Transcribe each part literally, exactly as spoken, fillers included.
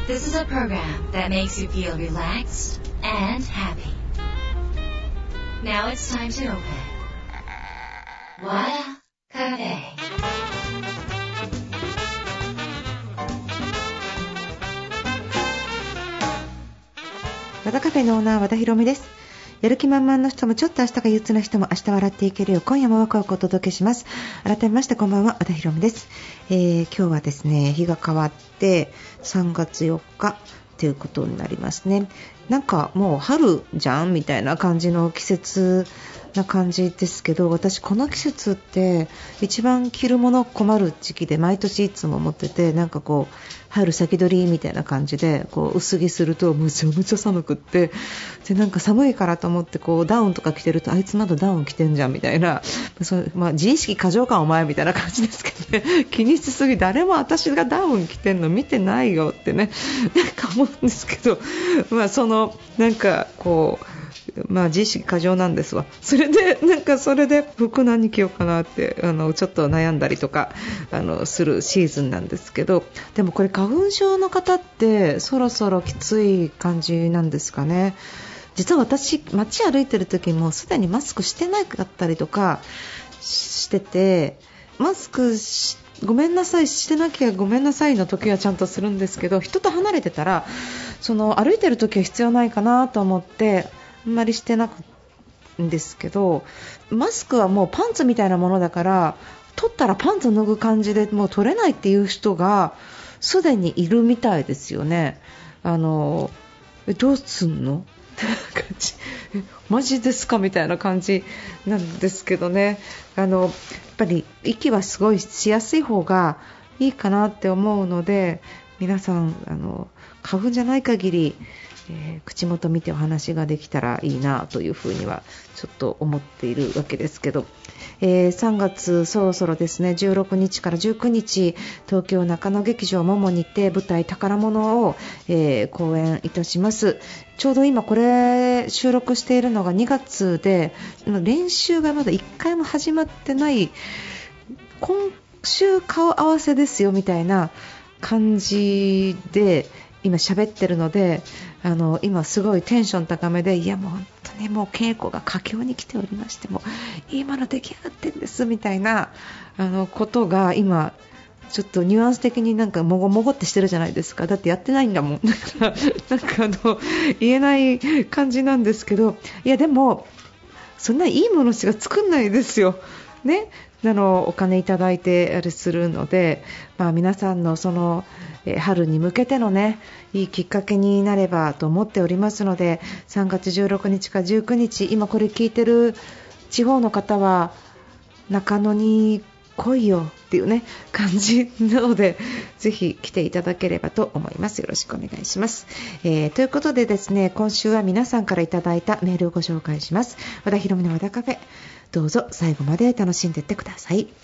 This is a program that makes you feel relaxed and happy. Now it's time to open Wada Cafe. 和田カフェのオーナー和田博美です。やる気満々の人もちょっと明日が憂鬱な人も明日笑っていけるよう今夜もワクワクお届けします。改めましてこんばんは、和田博美です。えー、今日はですね日が変わってさんがつよっかということになりますね。なんかもう春じゃんみたいな感じの季節な感じですけど、私この季節って一番着るもの困る時期で毎年いつも思ってて、なんかこう春先取りみたいな感じでこう薄着するとむちゃむちゃ寒くって、でなんか寒いからと思ってこうダウンとか着てるとあいつまだダウン着てんじゃんみたいな、そまあ、自意識過剰感お前みたいな感じですけどね、気にしすぎ、誰も私がダウン着てんの見てないよってねなんか思うんですけど、まあそのなんかこうまあ、自意識過剰なんですわ。それでなんかそれで服何着ようかなってあのちょっと悩んだりとかあのするシーズンなんですけど、でもこれ花粉症の方ってそろそろきつい感じなんですかね。実は私街歩いてる時もすでにマスクしてなかったりとかしてて、マスクしごめんなさいしてなきゃごめんなさいの時はちゃんとするんですけど、人と離れてたらその歩いてる時は必要ないかなと思ってあんまりしてなくんですけど、マスクはもうパンツみたいなものだから取ったらパンツ脱ぐ感じでもう取れないっていう人がすでにいるみたいですよね。あのえどうすんの感じえマジですかみたいな感じなんですけどね。あのやっぱり息はすごいしやすい方がいいかなって思うので、皆さんあの花粉じゃない限りえー、口元見てお話ができたらいいなというふうにはちょっと思っているわけですけど、えー、さんがつそろそろですね、じゅうろくにちからじゅうくにち東京中野劇場ももにて舞台宝物を、えー、公演いたします。ちょうど今これ収録しているのがにがつで、練習がまだいっかいも始まってない、今週顔合わせですよみたいな感じで今喋ってるので、あの今すごいテンション高めで、いやもう本当にもう稽古が佳境に来ておりまして、もう今の出来上がってるんですみたいなあのことが今ちょっとニュアンス的になんかもごもごってしてるじゃないですか。だってやってないんだもんだからなんかあの言えない感じなんですけど、いやでもそんないいものしか作んないですよね。あのお金いただいてあれするので、まあ、皆さんのそのえ春に向けてのねいいきっかけになればと思っておりますので、さんがつじゅうろくにちからじゅうくにち今これ聞いてる地方の方は中野に来いよっていうね感じなので、ぜひ来ていただければと思います。よろしくお願いします。えー、ということでですね、今週は皆さんからいただいたメールをご紹介します。和田博美の和田カフェ、どうぞ最後まで楽しんでいってください。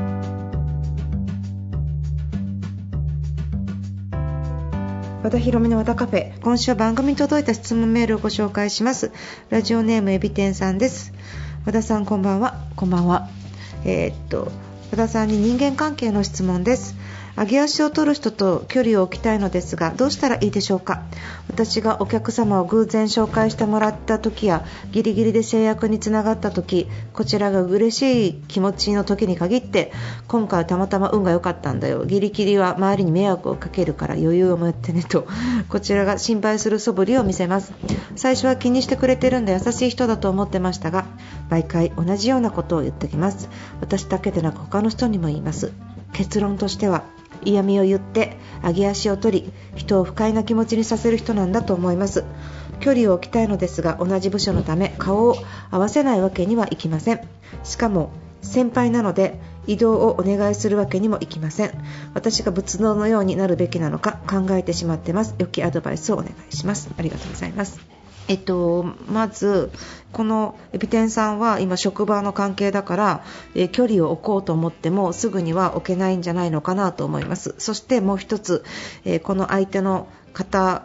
和田博美の和田カフェ、今週は番組に届いた質問メールをご紹介します。ラジオネームエビ天さんです。和田さんこんばんは。こんばんは。えー、っと和田さんに人間関係の質問です。上げ足を取る人と距離を置きたいのですがどうしたらいいでしょうか。私がお客様を偶然紹介してもらった時やギリギリで制約につながった時、こちらが嬉しい気持ちの時に限って今回はたまたま運が良かったんだよ、ギリギリは周りに迷惑をかけるから余裕を持ってねとこちらが心配する素振りを見せます。最初は気にしてくれてるんだ優しい人だと思ってましたが毎回同じようなことを言ってきます。私だけでなく他の人にも言います。結論としては嫌味を言って上げ足を取り人を不快な気持ちにさせる人なんだと思います。距離を置きたいのですが同じ部署のため顔を合わせないわけにはいきません。しかも先輩なので移動をお願いするわけにもいきません。私が仏像のようになるべきなのか考えてしまってます。良きアドバイスをお願いします。ありがとうございます。えっと、まずこのエビ天さんは今職場の関係だから、えー、距離を置こうと思ってもすぐには置けないんじゃないのかなと思います。そしてもう一つ、えー、この相手の方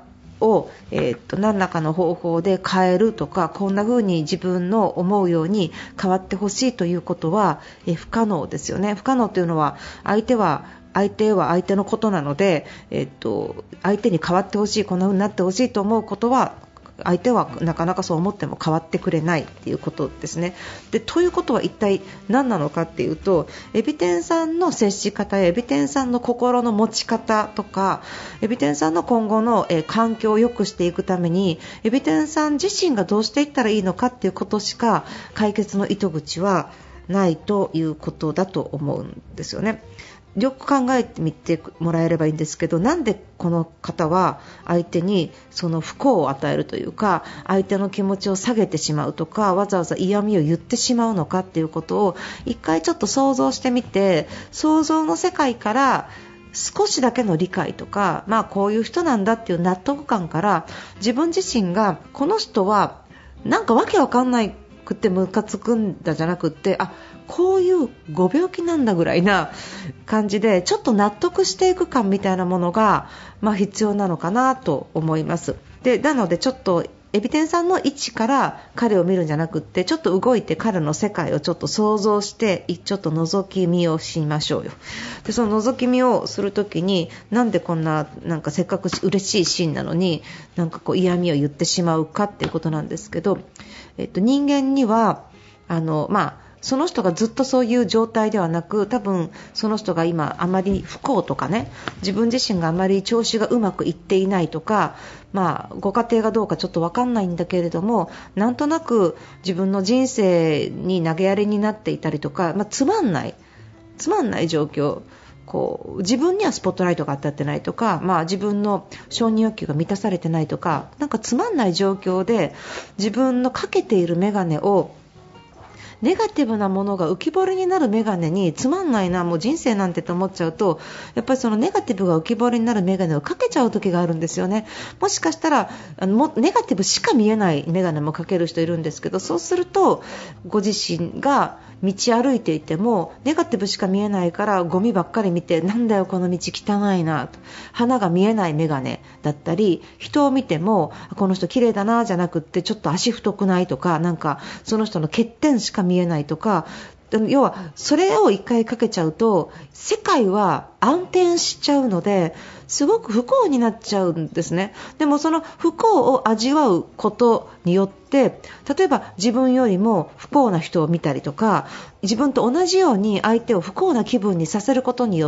を、えー、と何らかの方法で変えるとか、こんな風に自分の思うように変わってほしいということは、えー、不可能ですよね。不可能というのは相手は相手は相手のことなので、えー、と相手に変わってほしい、こんな風になってほしいと思うことは相手はなかなかそう思っても変わってくれないということですね。でということは一体何なのかというと、エビ天さんの接し方やエビ天さんの心の持ち方とか、エビ天さんの今後の、えー、環境を良くしていくためにエビ天さん自身がどうしていったらいいのかということしか解決の糸口はないということだと思うんですよね。よく考えてみてもらえればいいんですけど、なんでこの方は相手にその不幸を与えるというか、相手の気持ちを下げてしまうとか、わざわざ嫌味を言ってしまうのかっていうことを一回ちょっと想像してみて、想像の世界から少しだけの理解とか、まあこういう人なんだっていう納得感から自分自身がこの人はなんかわけわかんないくってムカつくんだじゃなくって、あ、こういうご病気なんだぐらいな感じでちょっと納得していく感みたいなものが、まあ、必要なのかなと思います。でなのでちょっとエビ天さんの位置から彼を見るんじゃなくって、ちょっと動いて彼の世界をちょっと想像してちょっと覗き見をしましょうよ。でその覗き見をするときに、なんでこんな、なんかせっかく嬉しいシーンなのになんかこう嫌味を言ってしまうかっていうことなんですけど、えっと、人間にはあの、まあその人がずっとそういう状態ではなく、多分その人が今あまり不幸とかね、自分自身があまり調子がうまくいっていないとか、まあご家庭がどうかちょっと分かんないんだけれども、なんとなく自分の人生に投げやりになっていたりとか、まあ、つまんないつまんない状況、こう自分にはスポットライトが当たってないとか、まあ、自分の承認欲求が満たされてないとか、なんかつまんない状況で自分のかけている眼鏡をネガティブなものが浮き彫りになるメガネに、つまんないな、もう人生なんてと思っちゃうと、やっぱりそのネガティブが浮き彫りになるメガネをかけちゃう時があるんですよね。もしかしたらあのもネガティブしか見えないメガネもかける人いるんですけど、そうするとご自身が道歩いていてもネガティブしか見えないからゴミばっかり見て、なんだよこの道汚いなと、花が見えないメガネだったり、人を見てもこの人綺麗だなじゃなくって、ちょっと足太くないとか、なんかその人の欠点しか見えないとか、要はそれを一回かけちゃうと世界は暗転しちゃうので、すごく不幸になっちゃうんですね。でもその不幸を味わうことによって、例えば自分よりも不幸な人を見たりとか、自分と同じように相手を不幸な気分にさせることによって、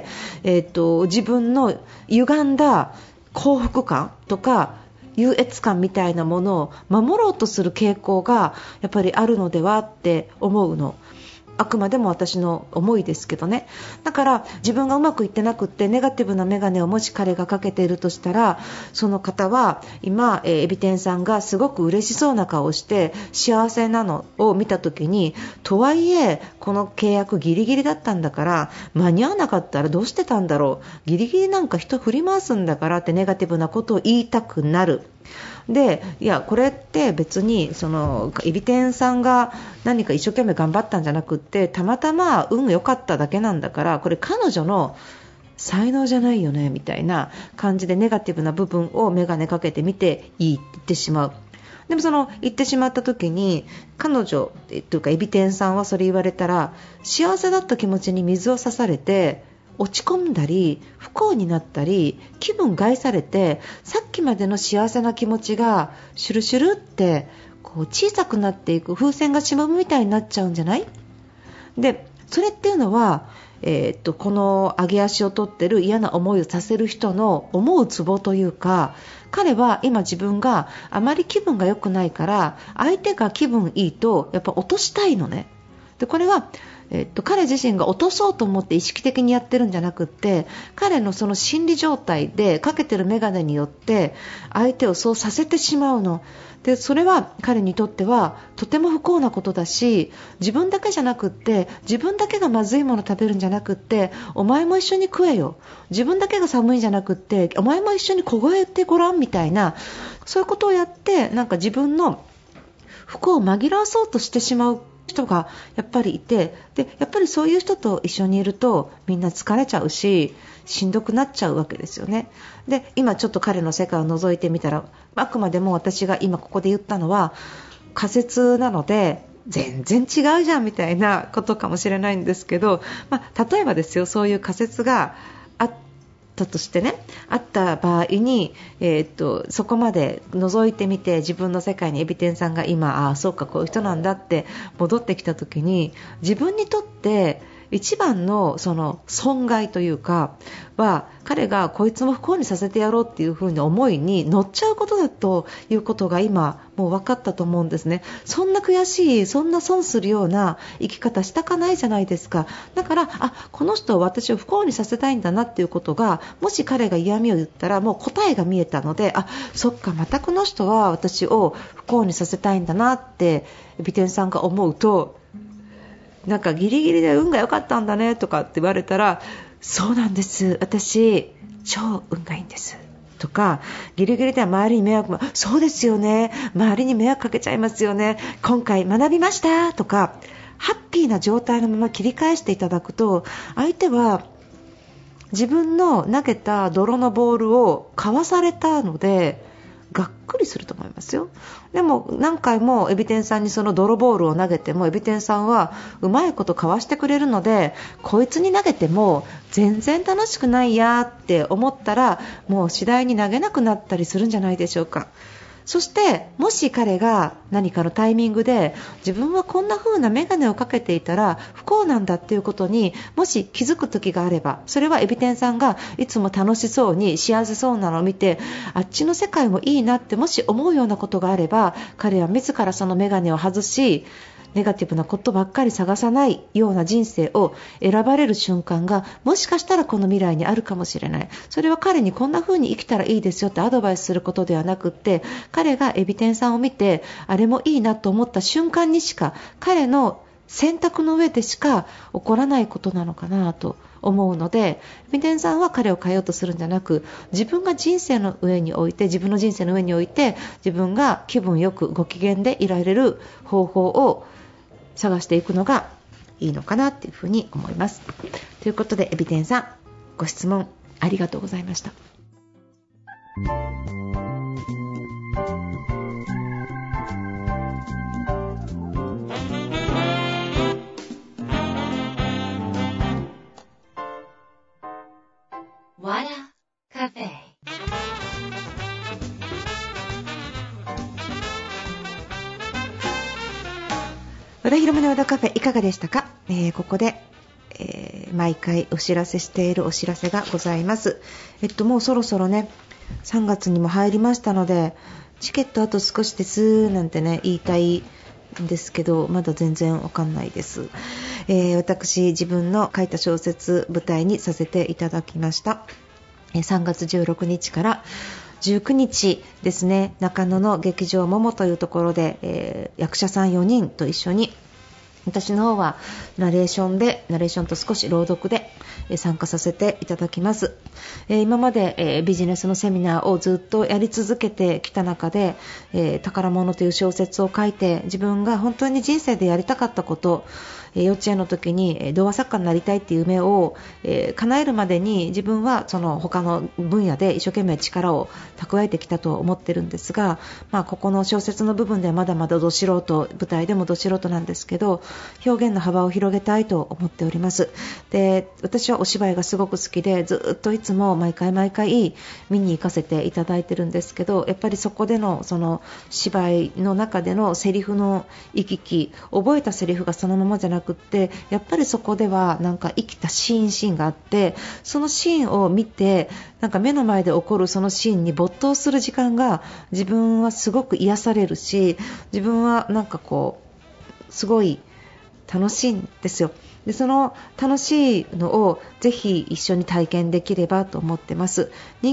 えーと、自分の歪んだ幸福感とか優越感みたいなものを守ろうとする傾向がやっぱりあるのではって思うの。あくまでも私の思いですけどね。だから自分がうまくいってなくってネガティブなメガネをもし彼がかけているとしたら、その方は今、えー、エビ天さんがすごく嬉しそうな顔をして幸せなのを見た時に、とはいえこの契約ギリギリだったんだから間に合わなかったらどうしてたんだろう、ギリギリなんか人振り回すんだからってネガティブなことを言いたくなる。でいやこれって別にそのエビ天さんが何か一生懸命頑張ったんじゃなくって、たまたま運良かっただけなんだから、これ彼女の才能じゃないよねみたいな感じでネガティブな部分を眼鏡かけてみていいって言ってしまう。でもその言ってしまった時に彼女というかエビ天さんはそれ言われたら、幸せだった気持ちに水を差されて落ち込んだり不幸になったり気分害されて、さっきまでの幸せな気持ちがシュルシュルってこう小さくなっていく、風船がしまむみたいになっちゃうんじゃない？でそれっていうのは、えー、っとこの上げ足を取ってる嫌な思いをさせる人の思うツボというか、彼は今自分があまり気分が良くないから相手が気分いいとやっぱ落としたいのね。でこれはえっと、彼自身が落とそうと思って意識的にやってるんじゃなくって、彼のその心理状態でかけてる眼鏡によって相手をそうさせてしまうので、それは彼にとってはとても不幸なことだし、自分だけじゃなくって自分だけがまずいもの食べるんじゃなくって、お前も一緒に食えよ、自分だけが寒いんじゃなくってお前も一緒に凍えてごらんみたいな、そういうことをやってなんか自分の不幸を紛らわそうとしてしまう人がやっぱりいて、でやっぱりそういう人と一緒にいるとみんな疲れちゃうししんどくなっちゃうわけですよね。で今ちょっと彼の世界を覗いてみたら、あくまでも私が今ここで言ったのは仮説なので全然違うじゃんみたいなことかもしれないんですけど、まあ、例えばですよ、そういう仮説があったとしてね、あった場合に、えー、っとそこまで覗いてみて自分の世界にエビ天さんが今、ああそうかこういう人なんだって戻ってきた時に、自分にとって一番のその損害というかは、彼がこいつも不幸にさせてやろうっていう風に思いに乗っちゃうことだということが今もう分かったと思うんですね。そんな悔しい、そんな損するような生き方したかないじゃないですか。だからあこの人は私を不幸にさせたいんだなっていうことが、もし彼が嫌味を言ったらもう答えが見えたので、あそっかまたこの人は私を不幸にさせたいんだなってエビ天さんが思うと、なんかギリギリで運が良かったんだねとかって言われたら、そうなんです、私超運がいいんですとか、ギリギリでは周りに迷惑も、そうですよね、周りに迷惑かけちゃいますよね、今回学びましたとか、ハッピーな状態のまま切り返していただくと、相手は自分の投げた泥のボールをかわされたのでがっくりすると思いますよ。でも何回もエビ天さんにその泥ボールを投げても、エビ天さんはうまいことかわしてくれるので、こいつに投げても全然楽しくないやって思ったら、もう次第に投げなくなったりするんじゃないでしょうか。そしてもし彼が何かのタイミングで自分はこんな風な眼鏡をかけていたら不幸なんだっていうことにもし気づく時があれば、それはエビ天さんがいつも楽しそうに幸せそうなのを見て、あっちの世界もいいなってもし思うようなことがあれば、彼は自らその眼鏡を外し、ネガティブなことばっかり探さないような人生を選ばれる瞬間がもしかしたらこの未来にあるかもしれない。それは彼にこんな風に生きたらいいですよってアドバイスすることではなくって、彼がエビ天さんを見てあれもいいなと思った瞬間にしか、彼の選択の上でしか起こらないことなのかなと思うので、エビ天さんは彼を変えようとするんじゃなく、自分が人生の上に置いて自分の人生の上に置いて自分が気分よくご機嫌でいられる方法を探していくのがいいのかなというふうに思います。ということでエビ天さん、ご質問ありがとうございました。 わらカフェ。 和田ひろみの和田カフェいかがでしたか。えー、ここで、えー、毎回お知らせしているお知らせがございます。えっともうそろそろねさんがつにも入りましたので、チケットあと少しですなんてね言いたいんですけど、まだ全然わかんないです。えー、私自分の書いた小説舞台にさせていただきました。えー、さんがつじゅうろくにちからじゅうくにちですね、中野の劇場ももというところで、えー、役者さんよにんと一緒に、私の方はナレーションでナレーションと少し朗読で参加させていただきます。えー、今まで、えー、ビジネスのセミナーをずっとやり続けてきた中で、えー、宝物という小説を書いて、自分が本当に人生でやりたかったこと、えー、幼稚園の時に童話作家になりたいっていう夢を、えー、叶えるまでに自分はその他の分野で一生懸命力を蓄えてきたと思ってるんですが、まあ、ここの小説の部分ではまだまだど素人、舞台でもど素人なんですけど、表現の幅を広げたいと思っております。で、私はお芝居がすごく好きで、ずっといつも毎回毎回見に行かせていただいてるんですけど、やっぱりそこでのその芝居の中でのセリフの行き来、覚えたセリフがそのままじゃなくって、やっぱりそこではなんか生きたシーンシーンがあって、そのシーンを見てなんか目の前で起こるそのシーンに没頭する時間が自分はすごく癒されるし、自分はなんかこうすごい楽しいんですよ。で、その楽しいのをぜひ一緒に体験できればと思ってます。人間っ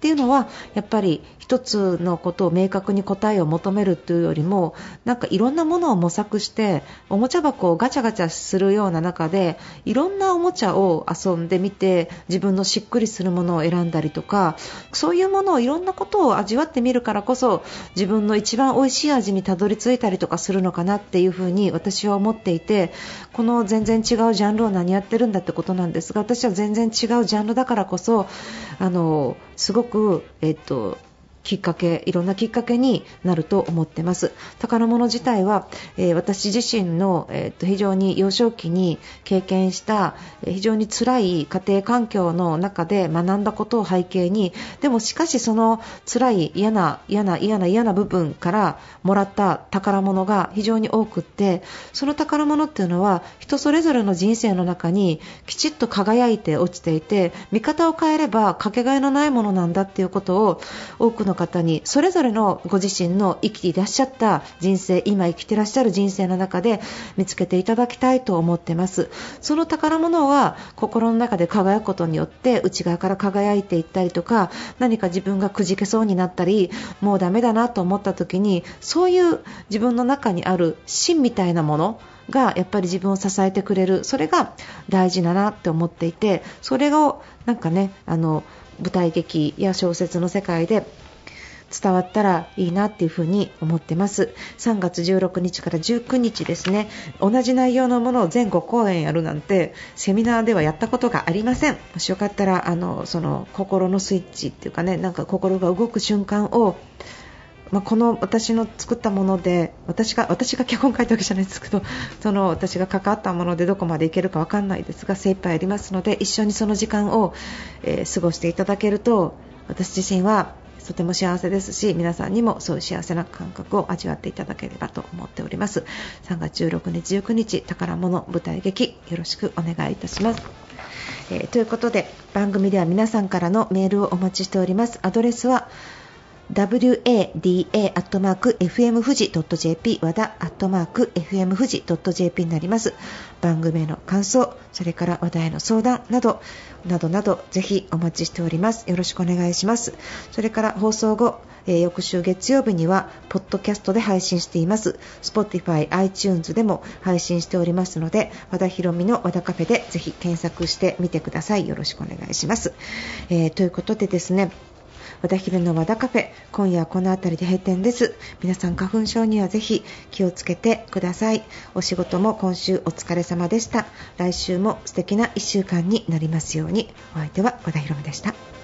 っていうのはやっぱり一つのことを明確に答えを求めるというよりも、なんかいろんなものを模索しておもちゃ箱をガチャガチャするような中でいろんなおもちゃを遊んでみて自分のしっくりするものを選んだりとか、そういうものをいろんなことを味わってみるからこそ自分の一番美味しい味にたどり着いたりとかするのかなっていうふうに私は思っていて、この全然違うジャンルを何やってるんだってことなんですが、私は全然違うジャンルだからこそあのすごく、えっときっかけいろんなきっかけになると思ってます。宝物自体は、えー、私自身の、えー、と非常に幼少期に経験した、えー、非常に辛い家庭環境の中で学んだことを背景に、でもしかしその辛い嫌な嫌な嫌な嫌な部分からもらった宝物が非常に多くって、その宝物っていうのは人それぞれの人生の中にきちっと輝いて落ちていて、見方を変えればかけがえのないものなんだっていうことを多くの方にそれぞれのご自身の生きていらっしゃった人生、今生きていらっしゃる人生の中で見つけていただきたいと思ってます。その宝物は心の中で輝くことによって内側から輝いていったりとか、何か自分がくじけそうになったりもうダメだなと思った時に、そういう自分の中にある芯みたいなものがやっぱり自分を支えてくれる、それが大事だなって思っていて、それをなんかね、あの舞台劇や小説の世界で伝わったらいいなっていうふうに思ってます。さんがつじゅうろくにちからじゅうくにちですね、同じ内容のものを全ごこうえんやるなんてセミナーではやったことがありません。もしよかったらあのその心のスイッチっていうかね、なんか心が動く瞬間を、まあ、この私の作ったもので、私が私が脚本書いたわけじゃないですけど、その私が関わったものでどこまでいけるか分かんないですが、精一杯ありますので、一緒にその時間を、えー、過ごしていただけると私自身はとても幸せですし、皆さんにもそういう幸せな感覚を味わっていただければと思っております。さんがつじゅうろくにちじゅうくにち宝物舞台劇よろしくお願いいたします。えー、ということで番組では皆さんからのメールをお待ちしております。アドレスはダブリューエーディーエー アットマーク エフエム 富士 ドット ジェーピー 和田アットマーク エフエム 富士 ドット ジェーピー になります。番組への感想、それから話題の相談などなどなどぜひお待ちしております。よろしくお願いします。それから放送後、えー、翌週月曜日にはポッドキャストで配信しています。 Spotify、iTunes でも配信しておりますので、和田ひろみの和田カフェでぜひ検索してみてください。よろしくお願いします。えー、ということでですね、和田ひろみの和田カフェ、今夜はこの辺りで閉店です。皆さん花粉症にはぜひ気をつけてください。お仕事も今週お疲れ様でした。来週も素敵ないっしゅうかんになりますように。お相手は和田ひろみでした。